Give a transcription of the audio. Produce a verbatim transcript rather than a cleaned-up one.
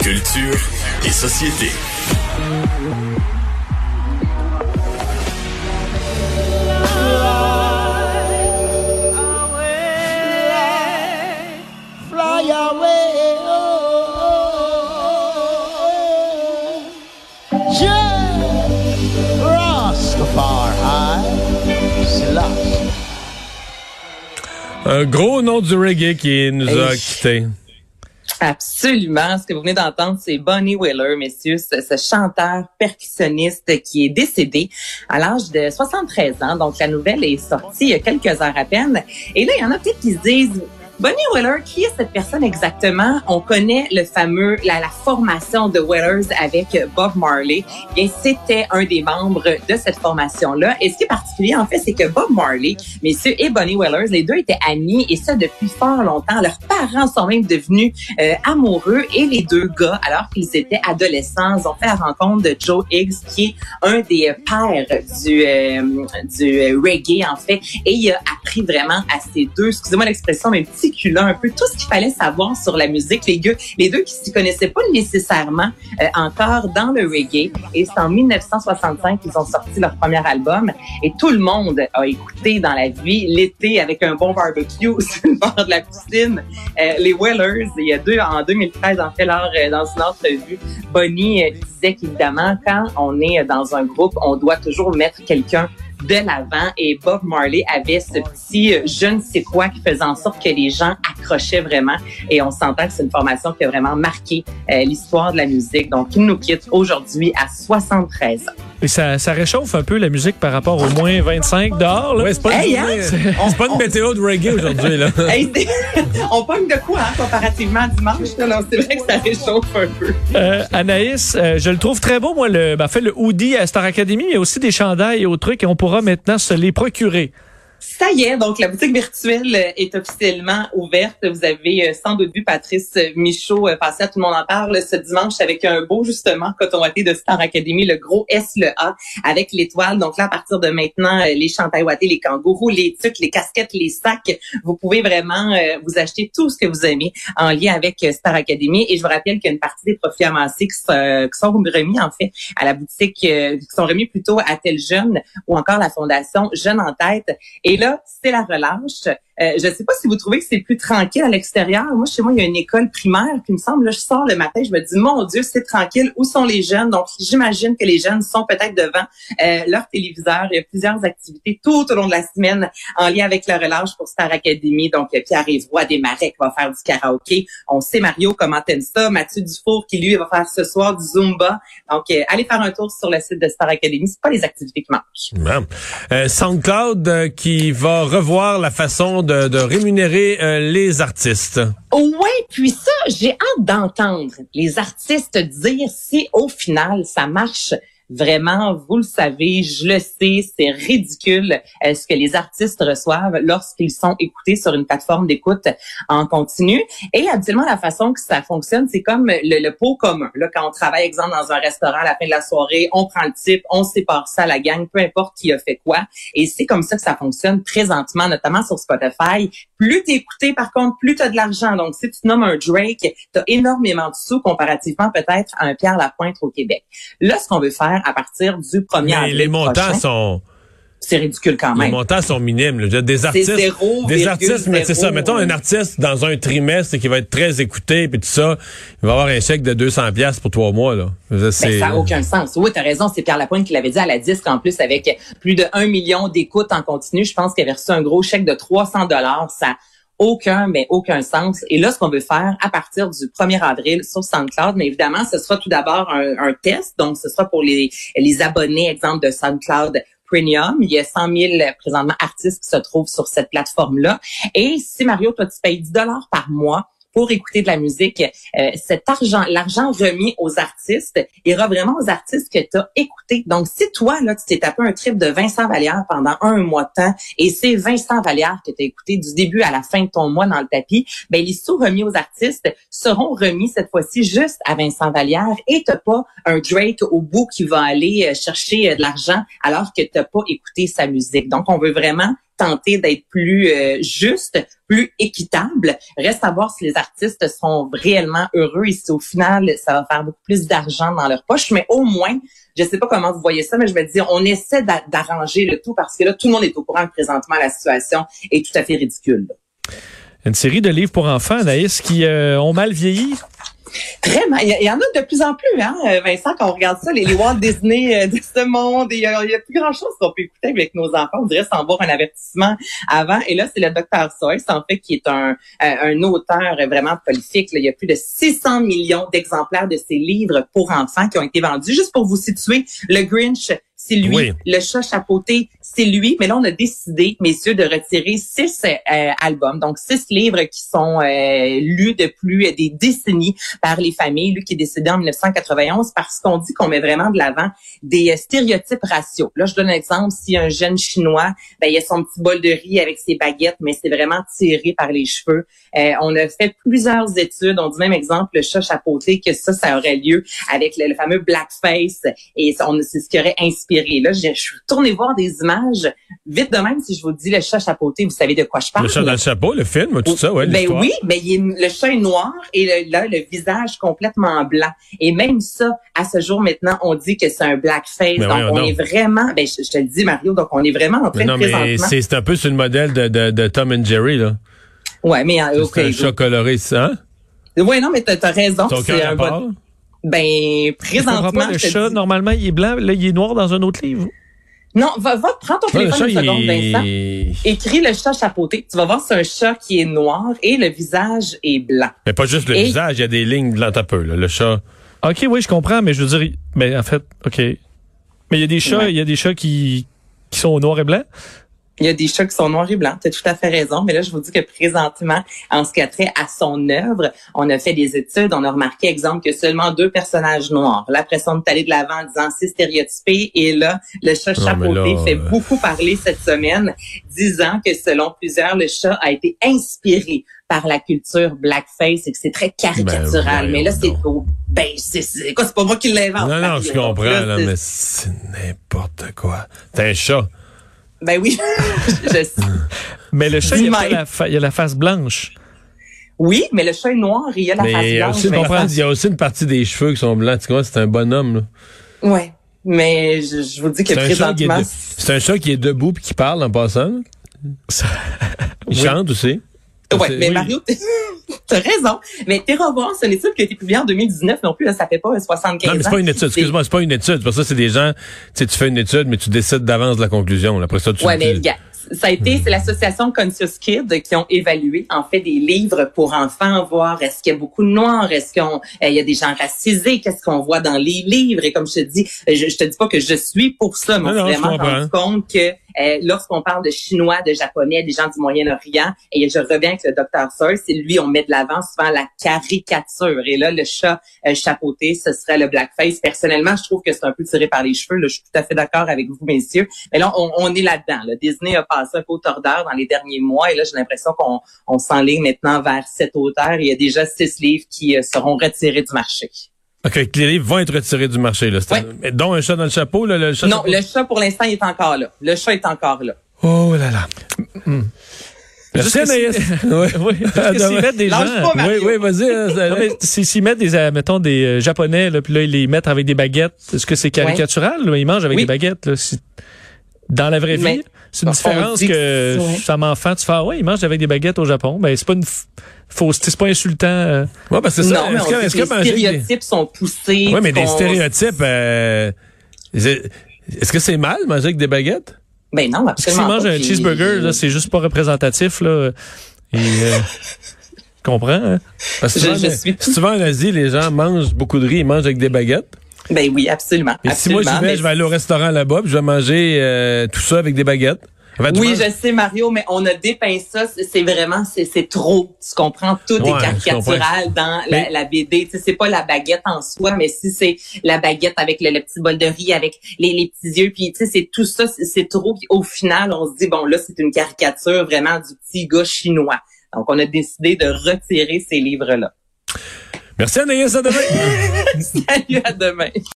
Culture et société. Fly away, oh, yeah, Rastafari, Selassie. Un gros nom du reggae qui nous a Hey. quittés. Absolument. Ce que vous venez d'entendre, c'est Bunny Wailer, messieurs, ce, ce chanteur percussionniste qui est décédé à l'âge de soixante-treize ans. Donc, la nouvelle est sortie il y a quelques heures à peine. Et là, il y en a peut-être qui se disent... Bunny Wailer, qui est cette personne exactement? On connaît le fameux, la, la formation de Wailers avec Bob Marley. Et c'était un des membres de cette formation-là. Et ce qui est particulier, en fait, c'est que Bob Marley, messieurs, et Bunny Wailers, les deux étaient amis, et ça depuis fort longtemps. Leurs parents sont même devenus euh, amoureux, et les deux gars, alors qu'ils étaient adolescents, ont fait la rencontre de Joe Higgs, qui est un des pères du, euh, du reggae, en fait. Et il a appris vraiment à ces deux, excusez-moi l'expression, mais petit un peu tout ce qu'il fallait savoir sur la musique. Les deux, les deux qui s'y connaissaient pas nécessairement euh, encore dans le reggae. Et c'est en dix-neuf cent soixante-cinq qu'ils ont sorti leur premier album. Et tout le monde a écouté dans la vie l'été avec un bon barbecue sur le bord de la piscine. Euh, les Wailers, il y a deux, en deux mille treize, en fait, lors, euh, dans une entrevue, Bunny euh, disait qu'évidemment, quand on est dans un groupe, on doit toujours mettre quelqu'un de l'avant, et Bob Marley avait ce petit euh, je ne sais quoi qui faisait en sorte que les gens accrochaient vraiment, et on s'entend que c'est une formation qui a vraiment marqué euh, l'histoire de la musique. Donc, il nous quitte aujourd'hui à soixante-treize ans. Et ça, ça réchauffe un peu la musique par rapport au moins vingt-cinq dehors, là. Ouais, c'est pas une, Hey, journée, hein? c'est pas une météo de reggae aujourd'hui, là. Hey, on pogne de quoi, hein, comparativement à dimanche, là, là, c'est vrai que ça réchauffe un peu. Euh, Anaïs, euh, je le trouve très beau, moi, le, ben, en fait, le hoodie à Star Academy, mais aussi des chandails et autres trucs, et on pourra maintenant se les procurer. Ça y est, donc la boutique virtuelle est officiellement ouverte. Vous avez sans doute vu Patrice Michaud passer à Tout le monde en parle ce dimanche avec un beau, justement, coton watté de Star Academy, le gros S, le A, avec l'étoile. Donc là, à partir de maintenant, les chandails wattés, les kangourous, les tucs, les casquettes, les sacs, vous pouvez vraiment euh, vous acheter tout ce que vous aimez en lien avec Star Academy. Et je vous rappelle qu'il y a une partie des profits amassés qui, euh, qui sont remis, en fait, à la boutique, euh, qui sont remis plutôt à Tel Jeune ou encore la Fondation Jeune en Tête. Et là, c'est la relâche. Euh, je ne sais pas si vous trouvez que c'est plus tranquille à l'extérieur. Moi, chez moi, il y a une école primaire qui me semble, là, je sors le matin, je me dis, mon Dieu, c'est tranquille. Où sont les jeunes? Donc, j'imagine que les jeunes sont peut-être devant euh, leur téléviseur. Il y a plusieurs activités tout au long de la semaine en lien avec la relâche pour Star Academy. Donc, Pierre-Yves Roy Desmarais qui va faire du karaoké. On sait, Mario, comment t'aimes ça. Mathieu Dufour qui, lui, va faire ce soir du Zumba. Donc, euh, allez faire un tour sur le site de Star Academy. C'est pas les activités qui manquent. Euh, SoundCloud euh, qui va revoir la façon de, de rémunérer euh, les artistes. Oui, puis ça, j'ai hâte d'entendre les artistes dire si au final ça marche. Vraiment, vous le savez, je le sais, c'est ridicule euh, ce que les artistes reçoivent lorsqu'ils sont écoutés sur une plateforme d'écoute en continu. Et habituellement, la façon que ça fonctionne, c'est comme le, le pot commun. Là, quand on travaille, exemple, dans un restaurant à la fin de la soirée, on prend le type, on sépare ça à la gang, peu importe qui a fait quoi. Et c'est comme ça que ça fonctionne présentement, notamment sur Spotify. Plus t'es écouté, par contre, plus t'as de l'argent. Donc, si tu te nommes un Drake, t'as énormément de sous comparativement peut-être à un Pierre Lapointe au Québec. Là, ce qu'on veut faire à partir du premier avril les montants prochain, sont... c'est ridicule quand même. Les montants sont minimes. Là. Des artistes, c'est zéro, des artistes, mais c'est ça. Mettons ouais. un artiste dans un trimestre qui va être très écouté, puis tout ça, il va avoir un chèque de deux cents piastres pour trois mois. Là. Ben, c'est... ça n'a aucun sens. Oui, t'as raison, c'est Pierre Lapointe qui l'avait dit à la disque, en plus, avec plus de un million d'écoutes en continu. Je pense qu'il avait reçu un gros chèque de trois cents dollars. Ça aucun, mais aucun sens. Et là, ce qu'on veut faire à partir du premier avril sur SoundCloud, mais évidemment, ce sera tout d'abord un, un test. Donc, ce sera pour les, les abonnés, exemple, de SoundCloud Premium. Il y a cent mille présentement artistes qui se trouvent sur cette plateforme-là. Et si, Mario, toi, tu payes dix dollars par mois pour écouter de la musique, euh, cet argent, l'argent remis aux artistes ira vraiment aux artistes que tu as écoutés. Donc, si toi, là, tu t'es tapé un trip de Vincent Vallière pendant un mois de temps, et c'est Vincent Vallière que tu as écouté du début à la fin de ton mois dans le tapis, ben les sous remis aux artistes seront remis cette fois-ci juste à Vincent Vallière, et t'as pas un Drake au bout qui va aller chercher de l'argent alors que t'as pas écouté sa musique. Donc, on veut vraiment tenter d'être plus euh, juste, plus équitable. Reste à voir si les artistes seront réellement heureux et si au final, ça va faire beaucoup plus d'argent dans leur poche. Mais au moins, je sais pas comment vous voyez ça, mais je me dis, on essaie d'a- d'arranger le tout parce que là, tout le monde est au courant que présentement, la situation est tout à fait ridicule. Une série de livres pour enfants, Anaïs, qui euh, ont mal vieilli. Très mal. Il y, y en a de plus en plus, hein, Vincent, quand on regarde ça, les, les Walt Disney euh, de ce monde, il y, a, il y a plus grand-chose qu'on peut écouter avec nos enfants. On dirait sans voir un avertissement avant. Et là, c'est le docteur Seuss, en fait, qui est un, un auteur vraiment prolifique. Là. Il y a plus de six cents millions d'exemplaires de ses livres pour enfants qui ont été vendus. Juste pour vous situer, le Grinch, c'est lui. Oui. Le chat chapeauté, c'est lui. Mais là, on a décidé, messieurs, de retirer six euh, albums, donc six livres qui sont euh, lus depuis des décennies par les familles. Lui qui est décédé en dix-neuf cent quatre-vingt-onze parce qu'on dit qu'on met vraiment de l'avant des euh, stéréotypes raciaux. Là, je donne un exemple. Si un jeune Chinois, ben, il a son petit bol de riz avec ses baguettes, mais c'est vraiment tiré par les cheveux. Euh, on a fait plusieurs études. On dit même exemple, le chat chapeauté, que ça, ça aurait lieu avec le, le fameux blackface. Et ça, on, c'est ce qui aurait inspiré. Là, je, je suis retournée voir des images. Vite de même, si je vous dis le chat chapeauté, vous savez de quoi je parle? Le chat dans le chapeau, le film, tout ça, ouais, Ben l'histoire. oui, mais il est, le chat est noir et le, là, le visage complètement blanc. Et même ça, à ce jour maintenant, on dit que c'est un blackface. Mais donc, voyons on donc. est vraiment, ben je, je te le dis, Mario, donc on est vraiment en train Mais non, de mais présentement. c'est, c'est un peu sur le modèle de, de, de Tom and Jerry, là. Ouais, mais euh, C'est un ok. chat coloré, ça, hein? Ouais, non, mais t'as, t'as raison. T'as aucun c'est un rapport? bon- Ben, Je comprends présentement, pas, le je te chat, dis- normalement, il est blanc. Là, il est noir dans un autre livre. Non, va, va, prends ton Ouais, le téléphone chat, une seconde, il Vincent. est... Écris le chat chapeauté. Tu vas voir, c'est un chat qui est noir et le visage est blanc. Mais pas juste le Et- visage, il y a des lignes blanches un peu, là. Le chat. OK, oui, je comprends, mais je veux dire, mais en fait, OK. Mais il y a des chats, Ouais. il y a des chats qui, qui sont noirs et blancs. Il y a des chats qui sont noirs et blancs. Tu as tout à fait raison. Mais là, je vous dis que présentement, en ce qui a trait à son œuvre, on a fait des études. On a remarqué, exemple, que seulement deux personnages noirs. Là, après ça, on est allé de l'avant en disant c'est stéréotypé. Et là, le chat Non, mais chapeauté là, fait euh, beaucoup parler cette semaine, disant que selon plusieurs, le chat a été inspiré par la culture blackface et que c'est très caricatural. Ben, mais là, c'est voyons au- ben c'est c'est quoi, c'est pas moi qui l'invente. Non, non, Mario. je Donc comprends, là, là, c'est- mais c'est n'importe quoi. T'es un chat. Ben oui, je sais. Mais le chat, il y a, pas Dis-moi. la, fa- il y a la face blanche. Oui, mais le chat est noir et il y a la face Mais il y a blanche. aussi, Vincent. comprends, il y a aussi une partie des cheveux qui sont blancs. Tu vois, c'est un bonhomme, là. Ouais, mais je, je vous dis que C'est un, chat qui est présentement, de- c'est un chat qui est debout puis qui parle en passant. là. Il Oui. chante aussi. ouais, C'est- mais oui. Mario, t'as raison. Mais Terraform, c'est une étude qui a été publiée en deux mille dix-neuf non plus. Là, ça fait pas soixante-quinze Non, mais c'est ans. pas une étude. Excuse-moi, c'est pas une étude. Parce que ça, c'est des gens, tu sais, tu fais une étude, mais tu décides d'avance de la conclusion. là. Après ça, tu Ouais, mais tu- gars, ça a été, c'est l'association Conscious Kids qui ont évalué, en fait, des livres pour enfants, voir est-ce qu'il y a beaucoup de noirs, est-ce qu'on, euh, il y a des gens racisés, qu'est-ce qu'on voit dans les livres. Et comme je te dis, je, je te dis pas que je suis pour ça, mais Non, on non, s'est je vraiment comprends. rendu compte que euh, lorsqu'on parle de Chinois, de Japonais, des gens du Moyen-Orient, et je reviens avec le docteur Seuss, c'est lui, on met de l'avant souvent la caricature. Et là, le chat euh, chapeauté, ce serait le blackface. Personnellement, je trouve que c'est un peu tiré par les cheveux. Là, je suis tout à fait d'accord avec vous, messieurs. Mais là, on, on est là-dedans. Là. Disney a passé un peu au tordeur dans les derniers mois. Et là, j'ai l'impression qu'on on s'enligne maintenant vers sept auteurs. Il y a déjà six livres qui euh, seront retirés du marché. OK, les livres vont être retirés du marché, là. C'est Ouais. un- mais dont un chat dans le chapeau, là, le chat. Non, chapeau- le chat, pour l'instant, il est encore là. Le chat est encore là. Oh là là. Merci, Juste que Anaïs. si- Ouais. Oui, parce que s'ils mettent des Lâche gens. pas, Mario. Oui, oui, vas-y. euh, ça- Non, mais si- s'ils mettent des, euh, mettons, des euh, Japonais, là, puis là, ils les mettent avec des baguettes, est-ce que c'est caricatural? Là? Ils mangent avec Oui. des baguettes, là. Si- dans la vraie vie, Mais- c'est une on différence dit que- que, ouais. ça m'enfant, tu fais, ah ouais, ils mangent avec des baguettes au Japon. Ben, c'est pas une f- fausseté, c'est pas insultant. euh. Ouais, parce que ça, non, mais est-ce on que, dit est-ce que que les manger des- stéréotypes sont poussés. Ouais, mais des qu'on- stéréotypes, euh, c'est- est-ce que c'est mal manger avec des baguettes? Ben non, Parce que s'ils absolument mangent pas. un Puis- cheeseburger, là, c'est juste pas représentatif, là. Et, euh, tu comprends, hein? Parce que Je- souvent, je mais- suis- si tu vas en Asie, les gens mangent beaucoup de riz, ils mangent avec des baguettes. Ben oui, absolument. Et si moi absolument, j'y vais, mais- je vais aller au restaurant là-bas, puis je vais manger euh, tout ça avec des baguettes. En fait, Oui, je je sais, Mario, mais on a dépeint ça. C'est c'est vraiment, c'est c'est trop. Tu comprends? Tout Ouais, est je caricatural dans Mais- la, la B D. Tu sais, c'est pas la baguette en soi, mais si c'est la baguette avec le, le petit bol de riz, avec les, les petits yeux, puis tu sais, c'est tout ça, c'est c'est trop. Puis au final, on se dit, bon, là, c'est une caricature vraiment du petit gars chinois. Donc, on a décidé de retirer ces livres-là. Merci Anaïs, à demain. Salut, à demain.